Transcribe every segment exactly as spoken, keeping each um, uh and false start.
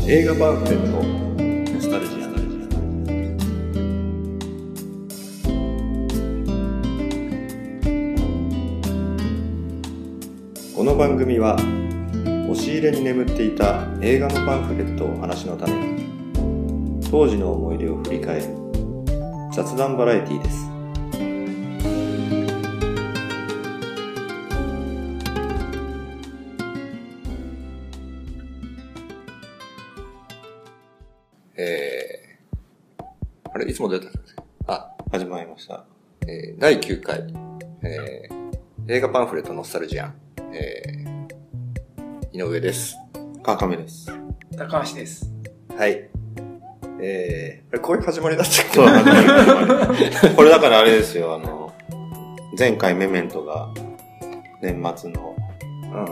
映画パンフレットノスタルジア。この番組は押し入れに眠っていた映画のパンフレットをお話のために当時の思い出を振り返る雑談バラエティです。えー、あれいつも出たんですか？あ、始まりました。えー、だいきゅうかい、えー、映画パンフレットノスタルジアン、えー、井上です。川上です。 高橋です。 はい。えー、こういう始まりだったっけ？そう、始まり始まり。これだからあれですよ、あの、前回メメントが年末の、うんうんうん、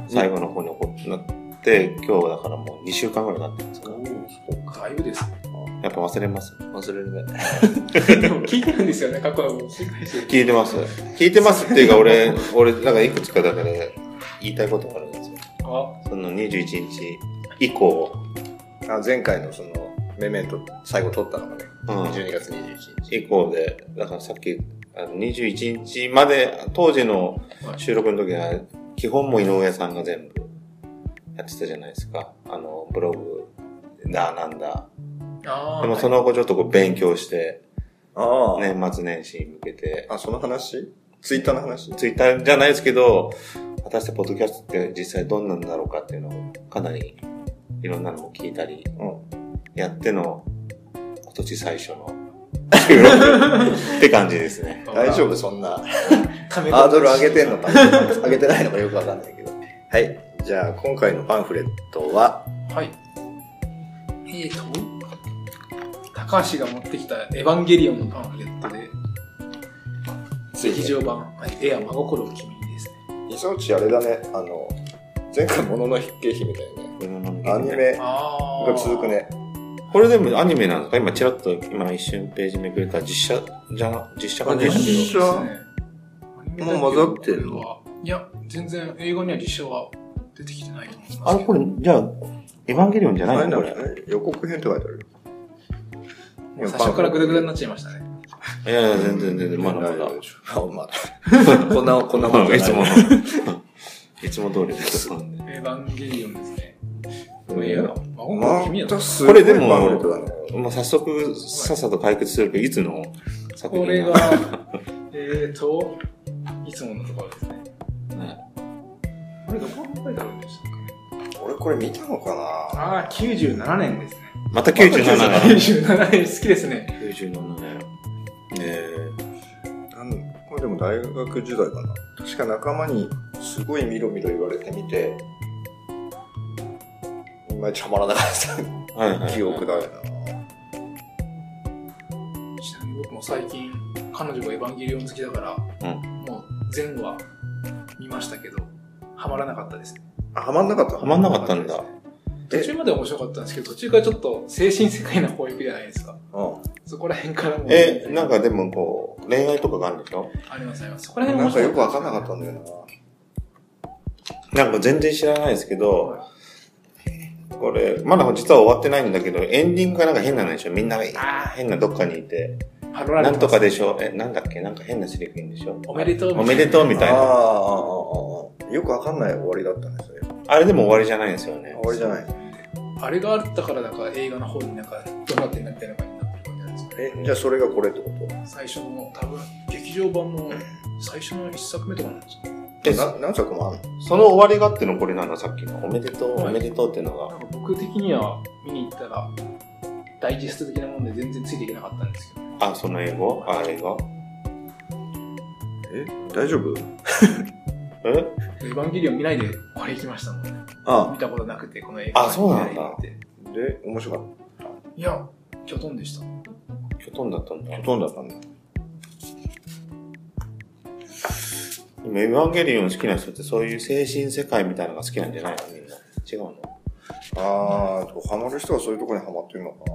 最後の方に起こって、で、今日だからもうにしゅうかんぐらい経ってるんですか？ そうか、だいぶですね。 やっぱ忘れます？忘れるね。 でも聞いてるんですよね、過去のも聞いてます。聞いてますっていうか、俺、俺、なんかいくつかだから言いたいことがあるんですよ。あそのにじゅういちにち以降、あ前回のその、メメント最後撮ったのがね、うん、じゅうにがつにじゅういちにち以降で、だからさっき、あのにじゅういちにちまで、当時の収録の時は、基本も井上さんが全部、やってたじゃないですか。あの、ブログだ、なんだ。あでもその後ちょっとこう勉強して、あ年末年始に向けて。あ、その話？ツイッターの話？ツイッターじゃないですけど、果たしてポッドキャストって実際どんなんだろうかっていうのをかなりいろんなのも聞いたり、うん、やっての今年最初の収録って感じですね。大丈夫そんな。ハードル上げてんのか上げてないのかよくわかんないけど。はい。じゃあ今回のパンフレットははいえーと高橋が持ってきたエヴァンゲリオンのパンフレットで劇場版、はい、エア真心君ですね。 磯内あれだね、あの前回ものの筆記碑みたいなねアニメが続くね。これでもアニメなんですか？今チラッと今一瞬ページめくれた実写じゃな実写かね。実写もう混ざってるの？ いや全然映画には実写は出てきてないと思いますけど。 あれこれ、じゃあ、エヴァンゲリオンじゃないのこれ。予告編って書いてある。 最初からグダグダになっちゃいましたね。 いやいや、全然全然、まだまだ。まだ。こんな、こんなもんじゃない。いつも、いつも通りです。 エヴァンゲリオンですね。これ、まこれでも、もう早速、さっさと解決するけど、いつの作品これが、えーと、いつものところですね。これどこに書いてあるんでしたっけ？俺これ見たのかな？ああ、きゅうじゅうななねんですね。 またきゅうじゅうななねん。 きゅうじゅうななねん好きですね。 きゅうじゅうななねん。えー、なんこれでも大学時代かな。確か仲間にすごいミロミロ言われてみて、いまいちハマらなかったはいはい、はい、記憶だよな。 ちなみに僕も最近、彼女がエヴァンゲリオン好きだから、うん、もう全話見ましたけど、ハマらなかったですね。 あ、ハマんなかった？ハマんなかったんだ。 途中まで面白かったんですけど、途中からちょっと精神世界な方行くじゃないですか。うん。そこら辺からも。え、なんかでもこう、恋愛とかがあるんでしょ？ありますあります。そこら辺も。なんかよくわかんなかったんだよな。なんか全然知らないですけど、はい、これ、まだ実は終わってないんだけど、エンディングがなんか変なのでしょ？みんなが変などっかにいて。なんとかでしょ？え、なんだっけ？なんか変なセリフ言うんでしょ？ おめでとうみたいな。 おめでとうみたいな。ああ、ああ、よくわかんない終わりだったんですよ。あれでも終わりじゃないんですよね。終わりじゃない。 あれがあったからなんか映画の方になんかどうなってんだみたいな感じになってるわけですか。 え、じゃあそれがこれってこと？ 最初の多分劇場版の最初の一作目とかなんですか。 え、な何作もあるの？その終わりがってのこれなの？さっきのおめでとう、はい、おめでとうっていうのが。 なんか僕的には見に行ったらダイジェスト的なもんで全然ついていけなかったんですけど。 あ、その英語？あ、英語？え、大丈夫？え？ エヴァンゲリオン見ないでこれ行きましたもんね。ああ見たことなくてこの映画。 あ、そうなんだ。で、面白かった？ いや、キョトンでした。 キョトンだったんだ。キョトンだったんだ。でもエヴァンゲリオン好きな人ってそういう精神世界みたいなのが好きなんじゃないのみんな。違うの？ああ、ハマる人はそういうところにハマってるのか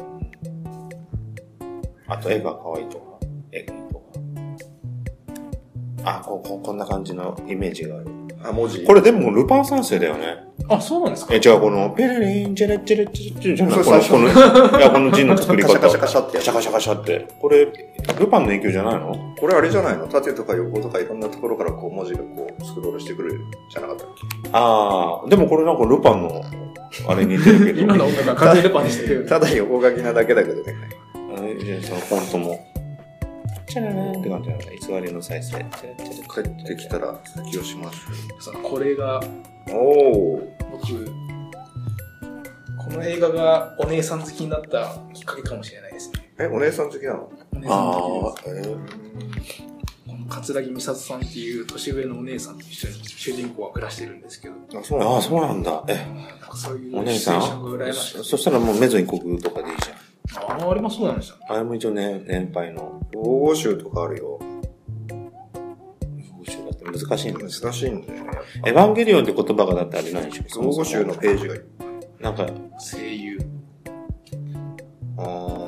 な。あと絵が可愛いとか、絵がいいとか。あ、こう、こんな感じのイメージがある。 あ、文字。 これでもルパン三世だよね。 あ、そうなんですか？ え、じゃあこの、ペレレン、チェレチェレチェレチェレじゃないこの、この、いや、この字の作り方。 カシャカシャカシャってやつ。 カシャカシャカシャって。これ、ルパンの影響じゃないの？ これあれじゃないの？縦とか横とかいろんなところからこう文字がこうスクロールしてくるじゃなかったっけ？ ああ、でもこれなんかルパンの、あれ似てるけど。 今の音楽は完全にルパンにしてる。 ただ横書きなだけだけどね。 じゃあそのフォントも。チャララーンって感じなのね。偽りの再生。 帰ってきたら続きをしましょう。これが、 おー。 僕、この映画がお姉さん好きになったきっかけかもしれないですね。 え、お姉さん好きなの？ お姉さん好きです。あー、えー、この桂木美里さんっていう年上のお姉さんと一緒に主人公は暮らしてるんですけど。 あ、そうなんだ。あ、そうなんだ。え、 なんかそういうお姉さんそ, そしたらもうメゾン一国とかでいいじゃん。 ああ、あれもそうなんですよ。 あれも一応ね、年配の。 老後集とかあるよ。 老後集だって難しいんだよ。 難しいんだよね。 エヴァンゲリオンって言葉がだってあれ何でしょう？ 老後集のページがいい。 なんか、 声優。 あ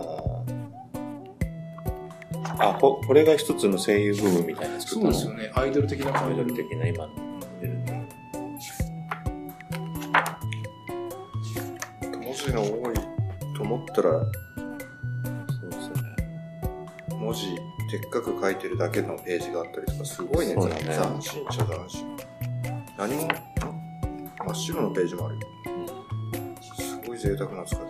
あ。あ、こ、これが一つの声優部分みたいな作ったの？ そうですよね。アイドル的なアイドル的な今の。 文字の多いと思ったら、文字でっかく書いてるだけのページがあったりとか、すごいね。 ね斬新っちゃ斬新。何も、真っ白のページもあるよ。すごい贅沢な使い。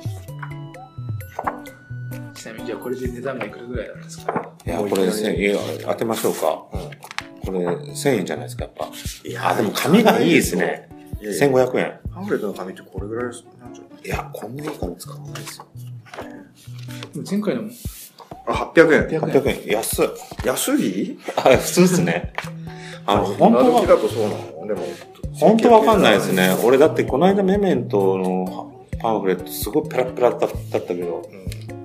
ちなみにじゃあこれで値段がいくらぐらいなんですか？ いや、これせんえん当てましょうか。うん、これせんえんじゃないですか、やっぱ。いや、あ、でも紙がいいですね。せんごひゃくえん。 パンフレットの紙ってこれぐらいなんじゃない？ いや、こんないい紙使わないですよ。 前回のも。 あ、はっぴゃくえん。 はっぴゃくえん。安い。 安い？ あ、普通ですね。あの、本当は。 今時だとそうなの？でも、 本当わかんないですね。俺だってこの間メメントのパンフレットすごいペラペラだったけど、うん、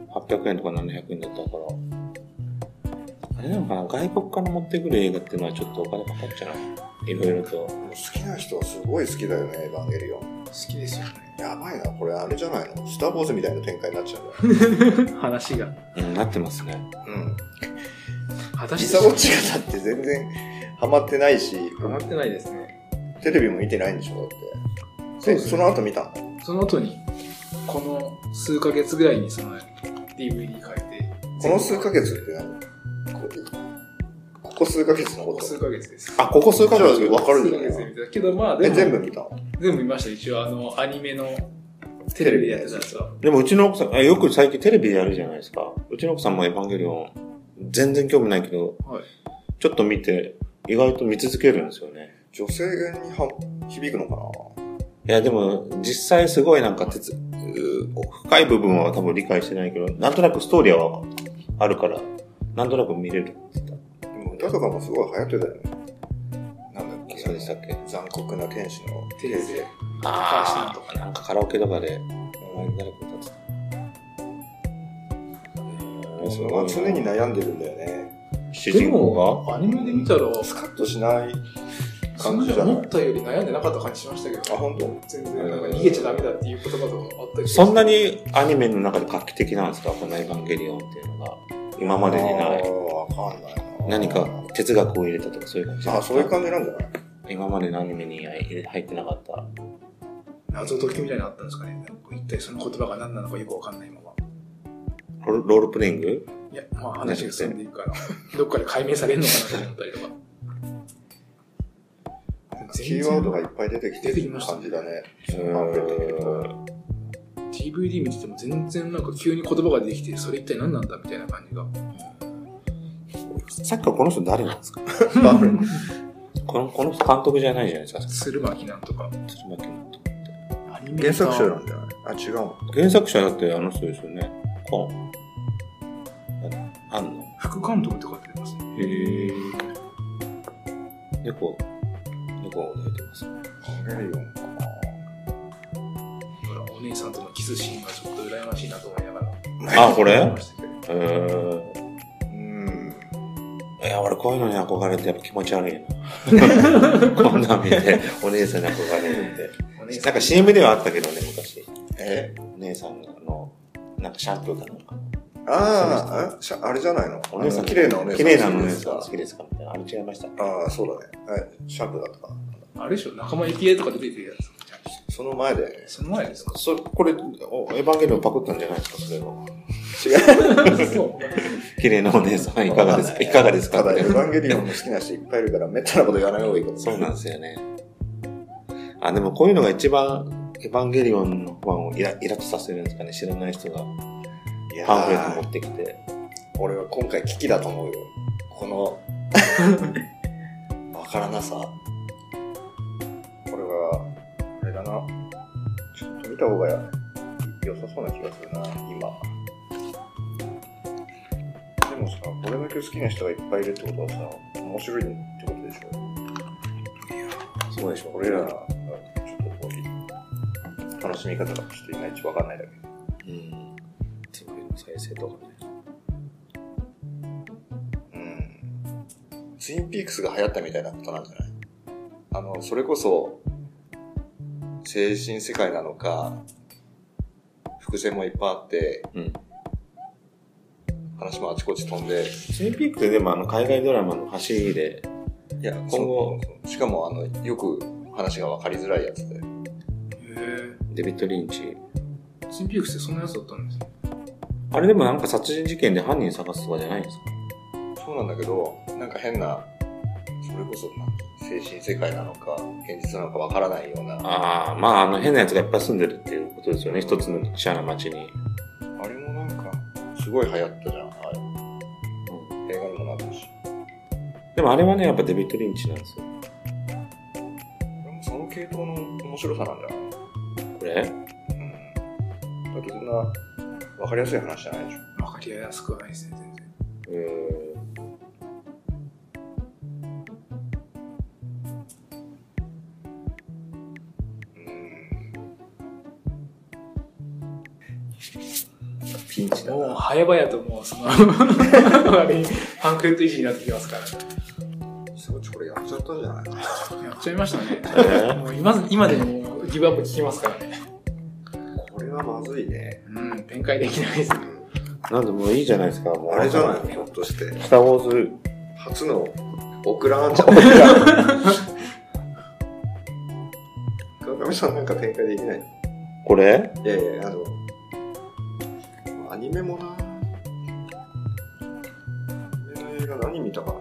はっぴゃくえんとかななひゃくえんだったから。あれなのかな、外国から持ってくる映画っていうのはちょっとお金かかっちゃう。いろいろと。 好きな人はすごい好きだよね、エヴァンゲリオン。 好きですよね。 やばいな、これあれじゃないの？スター・ウォーズみたいな展開になっちゃうんだよ。 話が。 うん、なってますね。 うん。 果たして。 リサウォッチがだって全然ハマってないし。 ハマってないですね。 テレビも見てないんでしょ、だって。そうですね。その後見たの？ その後に、この数ヶ月ぐらいにその ディーブイディー 変えて。 この数ヶ月って何？ここ数ヶ月のこと？ここ数ヶ月です。 あ、ここ数ヶ月わかるんだよ。けどまあでも。え、全部見たの？ 全部見ました。一応あの、アニメのテレビでやってたやつは。 でもうちの奥さん、よく最近テレビでやるじゃないですか。うちの奥さんもエヴァンゲリオン、全然興味ないけど、はい、ちょっと見て、意外と見続けるんですよね。 女性には響くのかな？ いや、でも、実際すごいなんか鉄、深い部分は多分理解してないけど、なんとなくストーリーはあるから、なんとなく見れるって言った。 でも歌とかもすごい流行ってたよね。 なんだっけ、そうでしたっけ？ 残酷な天使のテレビで。 ああ、なんかカラオケとかで、誰か歌ってた。 まあ、常に悩んでるんだよね。 主人公がアニメで見たら、 スカッとしない感じじゃない？ 思ったより悩んでなかった感じしましたけど。 あ、本当？ 全然、なんか逃げちゃダメだっていう言葉とかあったり。 そんなにアニメの中で画期的なんですか？このエヴァンゲリオンっていうのが。今までにない。 ああ、わかんないな。 何か哲学を入れたとかそういう感じ。 ああ、そういう感じなんじゃない？ 今までのアニメに入ってなかった。 謎解きみたいなのあったんですかね。一体その言葉が何なのかよくわかんないまま。 ロ, ロールプレイング？ いや、まあ話が進んでいくから、どっかで解明されるのかなと思ったりとか。 キーワードがいっぱい出てきてる感じだね。 ディーブイディー 見てても全然なんか急に言葉が出てきて、それ一体何なんだみたいな感じが。 さっきからこの人誰なんですか？この、この人監督じゃないじゃないですか。 鶴巻なんとか。 鶴巻なんとかって。原作者なんじゃない？あ、違うの。 原作者だってあの人ですよね。こう。あんの？ 副監督って書いてますね。 へぇー。猫、猫が出てますね。 エヴァンゲリオンかな。 お姉さんとのキスシーンがちょっと羨ましいなと思いながら。 あ、これ？えー。 うん。 いや、俺こういうのに憧れてやっぱ気持ち悪いな。こんなん見て、お姉さんに憧れるって。なんか シーエム ではあったけどね、昔。 え？ お姉さんの、なんかシャンプーかなんか。 ああ、あれじゃないの？ お姉さん。 綺麗なお姉さん。 綺麗なお姉さん好きですかみたいな。あれ違いました。 ああ、そうだね。はい。シャンプーだったかな。 あれでしょ、仲間由紀恵とか出てるやつ。 その前だよね。 その前ですか。 それ、これ、エヴァンゲリオンパクったんじゃないですか、それは。 違う。 そう。 綺麗なお姉さん、いかがですかいかがですかただ、エヴァンゲリオンの好きな人いっぱいいるから、めったなこと言わない方がいいかも。 そうなんですよね。あ、でもこういうのが一番、エヴァンゲリオンのファンをイライラッとさせるんですかね、知らない人が。パンフレット持ってきて。 俺は今回危機だと思うよ。この、わからなさ。これは、あれだな。ちょっと見た方が良さそうな気がするな、今。でもさ、これだけ好きな人がいっぱいいるってことはさ、面白いってことでしょ。そうでしょ。俺らが、ちょっとこう、楽しみ方がちょっといまいちわかんないだけ。 うん。つまりの再生とかね。 うん。ツインピークスが流行ったみたいなことなんじゃない？あの、それこそ、精神世界なのか、伏線もいっぱいあって、うん、話もあちこち飛んで。 ツインピークってでもあの海外ドラマの走りで、 いや、今後、しかもあの、よく話が分かりづらいやつで。へぇデビッド・リンチ。 ツインピークスってそんなやつだったんですか？ あれでもなんか殺人事件で犯人探すとかじゃないんですか？ そうなんだけど、なんか変な、それこそ精神世界なのか、現実なのかわからないような。 ああ、まああの変なやつがいっぱい住んでるっていうことですよね。一つの小さな町に。 あれもなんか、すごい流行ったじゃん、あれ。うん、映画にもなったし。 でもあれはね、やっぱデビッド・リンチなんですよ。 でもその系統の面白さなんじゃない？ これ？うん。 だってそんな、わかりやすい話じゃないでしょ。わかりやすくはないですね、全然。 えーピンチだな。もう早々ともうそのあれパンフレット維持になってきますから。 すごいこれやっちゃったんじゃない？ やっちゃいましたね。えー、もう 今, 今でもギブアップ聞きますからね。 これはまずいね。 うん、展開できないですね。 なんでもういいじゃないですか。もうあれじゃないのひょっとして。 スターウォーズ初のオクラなんじゃない川上さんなんか展開できない？ これ？ いやいや、あの、アニメもな。アニメの映画何見たかな？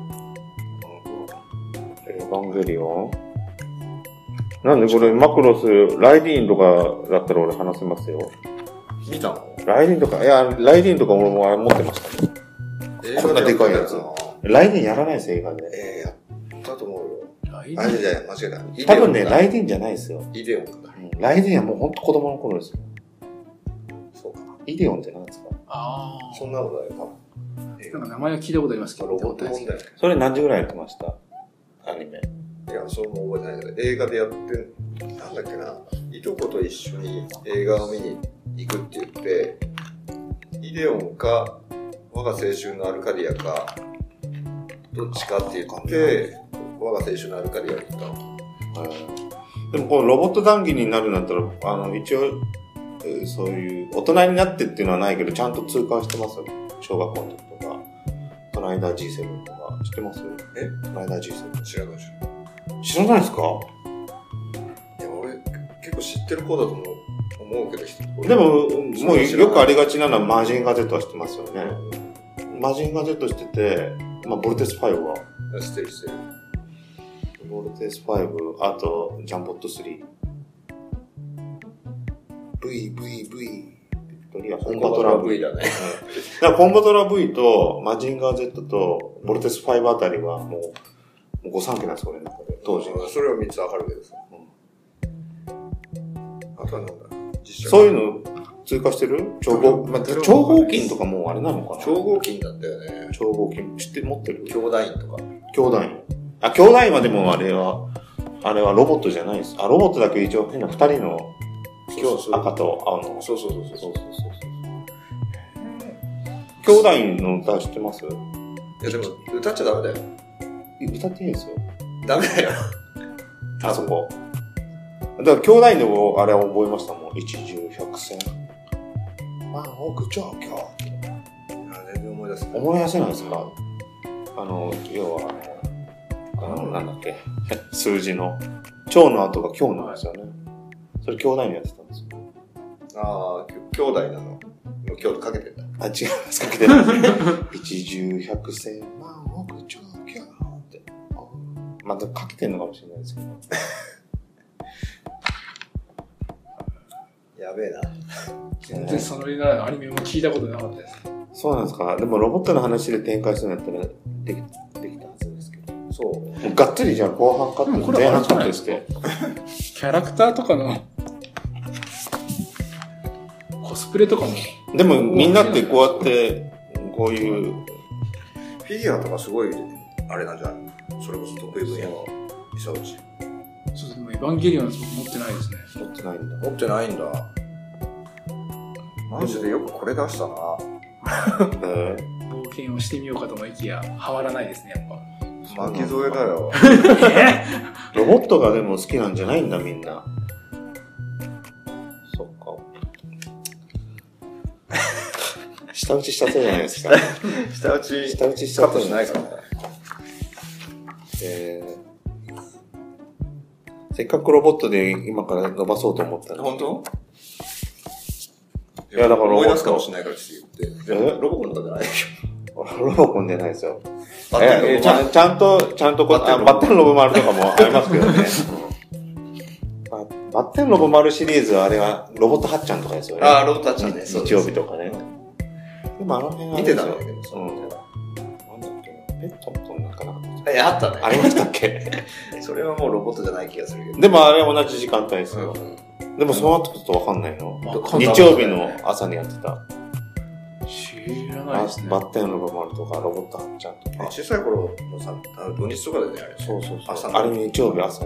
エヴァンゲリオン？なんでこれマクロス、ライディーンとかだったら俺話せますよ。 見たの？ ライディーンとか、いや、ライディーンとか俺もあれ持ってましたね。 映画こんなでかいやつ。 ライディーンやらないですよ、映画で。 ええー、やったと思うよ。 ライディーン？ あ、いやいや、間違えた。多分ね、ライディーンじゃないですよ。 イデオンか。 うん、ライディーンはもうほんと子供の頃ですよ。 そうか。 イデオンって何ですか？ ああ。そんなのだよ、多分。なんか名前は聞いたことありますけど、 ロボットもんだよね。 それ何時ぐらいやってました？アニメ。 いや、そうも覚えてないけど、映画でやって、なんだっけな、いとこと一緒に映画を見に行くって言って、イデオンか、我が青春のアルカディアか、どっちかって言って、我が青春のアルカディアに行ったの。 でもこのロボット談義になるんだったら、あの、一応、そういう、大人になってっていうのはないけど、ちゃんと痛感してますよ。小学校の時とか、トナイダー ジーセブン とか、知ってます？ え？ トナイダー ジーセブン？ 知らないでしょ。 知らないですか？ いや、俺、結構知ってる子だと思う、思うけど、 でも、もうよくありがちなのはマージンガゼットは知ってますよね。うん、マージンガゼット知ってて、まあ、ボルテスファイブは。 知ってる知ってる。 ボルテスファイブ、あと、ジャンボットスリー。V、V、V。 コンバトラー V だね。 だからコンバトラー V とマジンガー Z とボルテスファイブあたりはもう御三家なんですよ、俺の中で。当時。 それはみっつわかるけどさ。うん、あとはなんだ実写そういうの追加してる超合、まあ、超合金とかもうあれなのかな？ 超合金だったよね。 超合金。知って持ってる？ 兄弟員とか。 兄弟員。あ、兄弟員はでもあれは、あれはロボットじゃないです。あ、ロボットだけ一応変な二人の赤と青の。 そうそうそうそう。そうそうそう兄弟の歌知ってます？いやでも、歌っちゃダメだよ。 歌っていいんですよ。 ダメだよ。 あそこ。だから兄弟のあれは覚えましたもん。一重百戦。まあ、奥長今日。 全然思い出せない。 思い出せないですか？あの、要は、 なんだっけ、数字の、蝶の後が今日なんですよね。それ兄弟のやってたんですよ。 ああ、兄弟なの。京都かけてんだ。 あ、違います、かけてない。一十百千万億兆キャーって。またかけてんのかもしれないですけど。 やべえな。 全然そのリアニメも聞いたことなかったです。 そうなんですか。でもロボットの話で展開するんだったらでき、できたはずですけど。そう。もうがっつりじゃあ後半カット、前半カットですけど。 キャラクターとかのコスプレとかも。 でもみんなってこうやって、こういう。 フィギュアとかすごい、あれなんじゃない？それこそ得意分野の伊佐内。 そうですね。エヴァンゲリオンは持ってないですね。 持ってないんだ。 持ってないんだ。マジでよくこれ出したな。 冒険をしてみようかと思いきや、はまらないですね、やっぱ。巻き添えだよ。 えロボットがでも好きなんじゃないんだ、みんな。そっか。下打ちしたそうじゃないですか。 下打ち、 下打ちしたそうじゃないからね。 えー、せっかくロボットで今から伸ばそうと思ったら。 本当？ いや、だから思い出すかもしれないからって言って。 えロボコンとかじゃないでしょ。ロボコンじゃないですよ。えー、ちゃん、ちゃんと、ちゃんとこう、バッテンロボ丸とかもありますけどね。バッテンロボ丸シリーズはあれは、ロボットはっちゃんとかですよね。 ああ、ロボットはっちゃんね。 日曜日とかね。でもあの辺は。 見てたんだけど、その。なんだっけペットとなんかなかった。 え、あったね。 ありましたっけそれはもうロボットじゃない気がするけど。 でもあれは同じ時間帯ですよ。でもそうなってくるとわかんないの。日曜日の朝にやってた。 知らないですね。 バッテンロボ丸とかロボットはっちゃんとか。 小さい頃のさ、土日とかでね、あれ。 そうそうそう。あれ日曜日朝。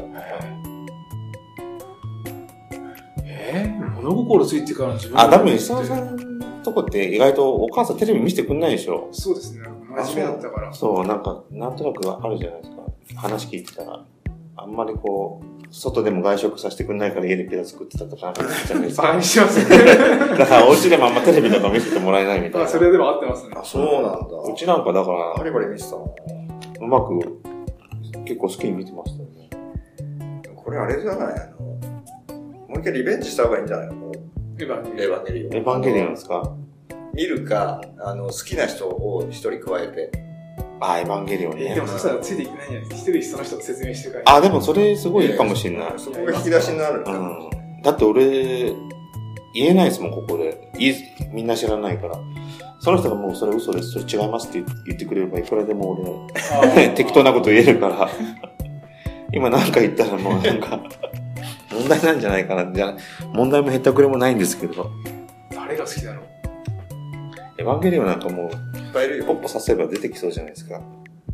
えー、物心ついてから自分あ、多分石澤さんとこって意外とお母さんテレビ見せてくんないでしょ。 そうですね。真面目だったから。 そう、なんか、なんとなくあるじゃないですか。話聞いてたら。あんまりこう、外でも外食させてくんないから家でピザ作ってたとかなんか言ってたじゃないですか。 バカにしますね。 だからお家でもあんまテレビとか見せてもらえないみたいな。 それでも合ってますね。 あ、そうなんだ。 うちなんかだから、 バリバリ見てたのうまく、結構好きに見てましたよね。 これあれじゃないあの、もう一回リベンジした方がいいんじゃないのエヴァンゲリオン。 エヴァンゲリオンですか？ 見るか、あの、好きな人を一人加えて。 あ、エヴァンゲリオンね。 でもそしたらついていけないんじゃないですか。一人その人と説明してから。 あ、でもそれすごいいいかもしれない。 そこが引き出しになる。 うん。だって俺、言えないですもん、ここで。いみんな知らないから。その人がもうそれ嘘です、それ違いますって言ってくれればいくらでも俺、適当なこと言えるから。今なんか言ったらもうなんか、問題なんじゃないかな。じゃ問題もへったくれもないんですけど。 誰が好きだろう？ エヴァンゲリオンなんかもう、 いっぱいいるよ。 ポッポさせれば出てきそうじゃないですか。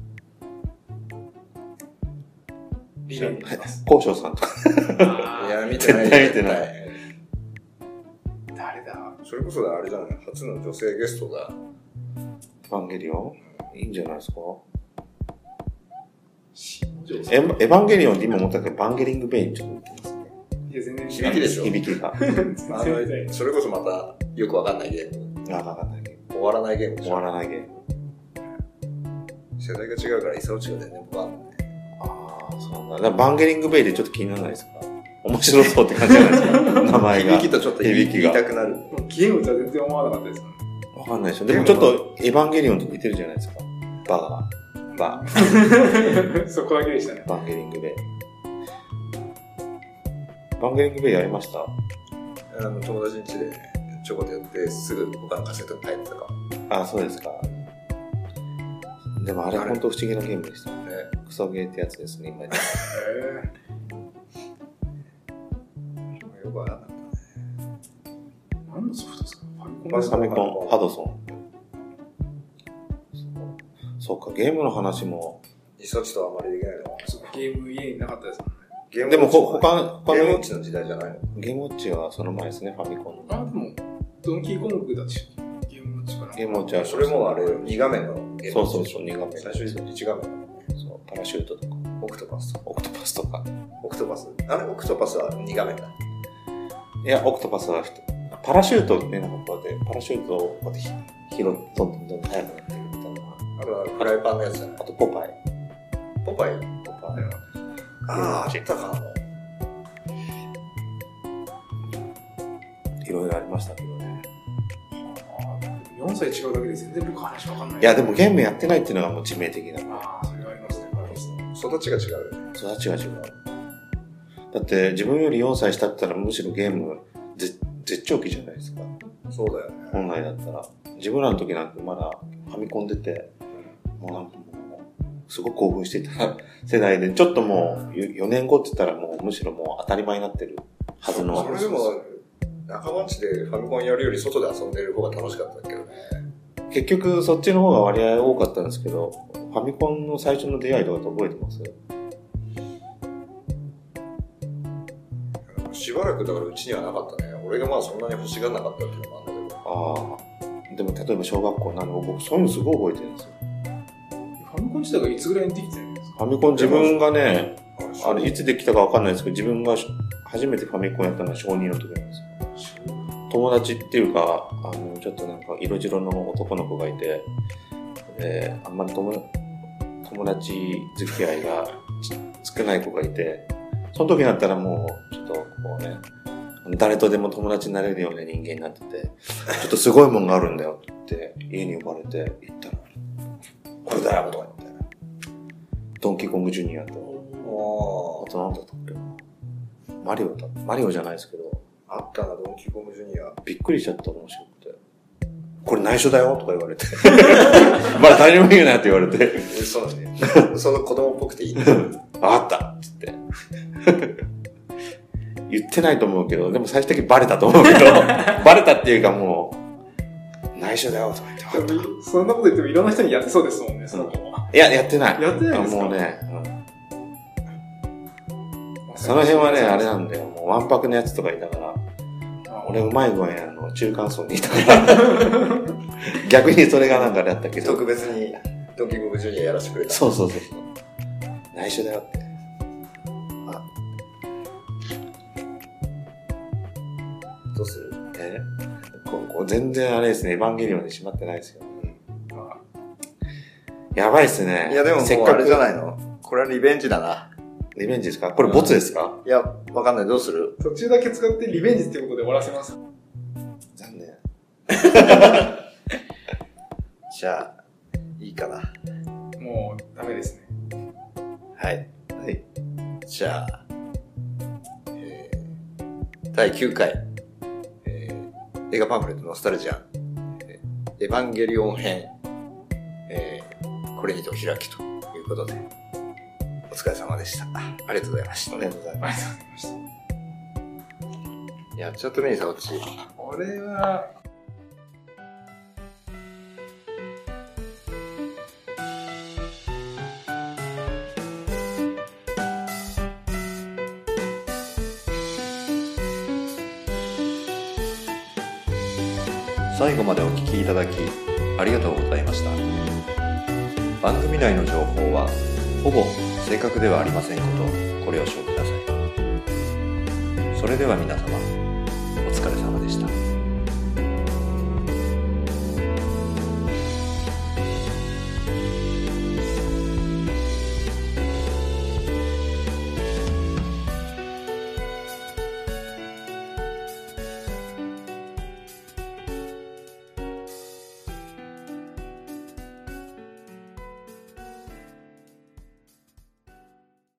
リベンジします。 高翔さんとか。 いや、見てない。 絶対見てない。 誰だ？ それこそあれじゃない初の女性ゲストが。 エヴァンゲリオンいいんじゃないですか？ エヴァンゲリオンって今思ったけど、バンゲリングベイにちょっと似てますね。 いや、全然響きでしょ？ 響きが。 あの、それこそまた、よくわかんないゲーム。 あ、わかんないゲーム。 終わらないゲームでしょ？ 終わらないゲーム。 世代が違うから、イサオチが全然わかんない。 ああ、そうなんだ。だからバンゲリングベイでちょっと気にならないですか？面白そうって感じじゃないですか。名前が。 響きとちょっと響きが。言いたくなる。 ゲームとは全然思わなかったですもんね。 わかんないでしょ。でもちょっと、エヴァンゲリオンと似てるじゃないですか。バが。バ。 そこだけでしたね。 バンゲリングベイ。バンゲリングベイやりました？ あの、友達ん家でちょこっとやって、すぐ他のカセットに入ってたか。 あ、そうですか。でもあれ本当不思議なゲームでしたね。クソゲーってやつですね、今。へぇー。よくわかんなかったね。 何のソフトですか？ ファミコン、ハドソン。そうか、ゲームの話も。 イサチとはあまりできないの。 ゲーム家になかったですもんね。 ゲームでも他、他ゲームウォッチの時代じゃないの？ ゲームウォッチはその前ですね、ファミコンの。 あ、でも、ドンキーコングだし、ゲームウォッチから。 ゲームウォッチはそれもあれ、に画面のゲーム。 そうそうそう、に画面。 最初いち画面。 そう、パラシュートとか。 オクトパスとか。 オクトパスとか。 オクトパスあれオクトパスはに画面だ。 いや、オクトパスは、パラシュートってなんかこうやって、パラシュートをこうやって拾っどんどんどんどん速くなってるみたいな。 あとはフライパンのやつじゃない？ あとポパイ。 ポパイポパああ、あったかも。 いろいろありましたけどね。 よんさい違うだけで全然僕話わかんない。 いや、でもゲームやってないっていうのがもう致命的な。 ああ、それはありますね。 育ちが違うよね。 育ちが違う。だって自分よりよんさい下って言ったらむしろゲーム絶頂期じゃないですか。 そうだよね。 本来だったら。自分らの時なんてまだファミコン出て、もうなんかもう、すごく興奮していた世代で、ちょっともうよねんごって言ったらもうむしろもう当たり前になってるはずの。 それでも、仲間んちでファミコンやるより外で遊んでる方が楽しかったけどね。 結局そっちの方が割合多かったんですけど、ファミコンの最初の出会いとかって覚えてます？ しばらくだからうちにはなかったね。俺がまあそんなに欲しがらなかったっていうのもあるんだけど。 ああ。でも例えば小学校なの僕そういうのすごい覚えてるんですよ。 ファミコン自体がいつぐらいにできてるんですか？ ファミコン自分がね、あれいつできたかわかんないですけど、自分が初めてファミコンやったのは小にの時なんですよ。友達っていうか、あの、ちょっとなんか色白の男の子がいて、で、あんまり友友達付き合いが少ない子がいて、その時になったらもう、ちょっとこうね、誰とでも友達になれるような人間になってて、ちょっとすごいもんがあるんだよって言って、家に呼ばれて行ったら、これだよとか言って、ドンキーコングジュニアと、あとなんだったっけな、マリオだ、マリオじゃないですけど、 あったな、ドンキーコングジュニア。 びっくりしちゃった、面白くて。これ内緒だよとか言われて。まだ誰にも言うなって言われて。 そうだね。その子供っぽくていい。 あったっつって。言ってないと思うけど、でも最終的にバレたと思うけど、バレたっていうかもう、内緒だよとか言って。 そんなこと言ってもいろんな人にやってそうですもんね、その子は。 いや、やってない。 やってないですか？ もうね、うん、その辺はね、あれなんだよ。もうわんぱくのやつとかいたから、俺うまい具合にあの中間層にいたから逆にそれがなんかだったけど特別にドンキーコングジュニアやらせてくれた。 そうそうそうそう、内緒だよって。あ、 どうする？ えこうこう全然あれですね、エヴァンゲリオンにしまってないですよ、うん、やばいっすね。 いやでももうあれじゃないの、これはリベンジだな。 リベンジですか？これボツですか？ いや、わかんない。どうする？ 途中だけ使ってリベンジってことで終わらせます。 残念。 じゃあ、いいかな。 もう、ダメですね。 はい。 はい。 じゃあ、えー、だいきゅうかい、えー、映画パンフレットノスタルジアン、えー、エヴァンゲリオン編、えー、これにてお開きということで、お疲れ様でした。ありがとうございました。 ありがとうございます。 やっちゃったね、サオチ。 俺は、 最後までお聞きいただきありがとうございました。番組内の情報はほぼ正確ではありませんことご了承ください。それでは皆様。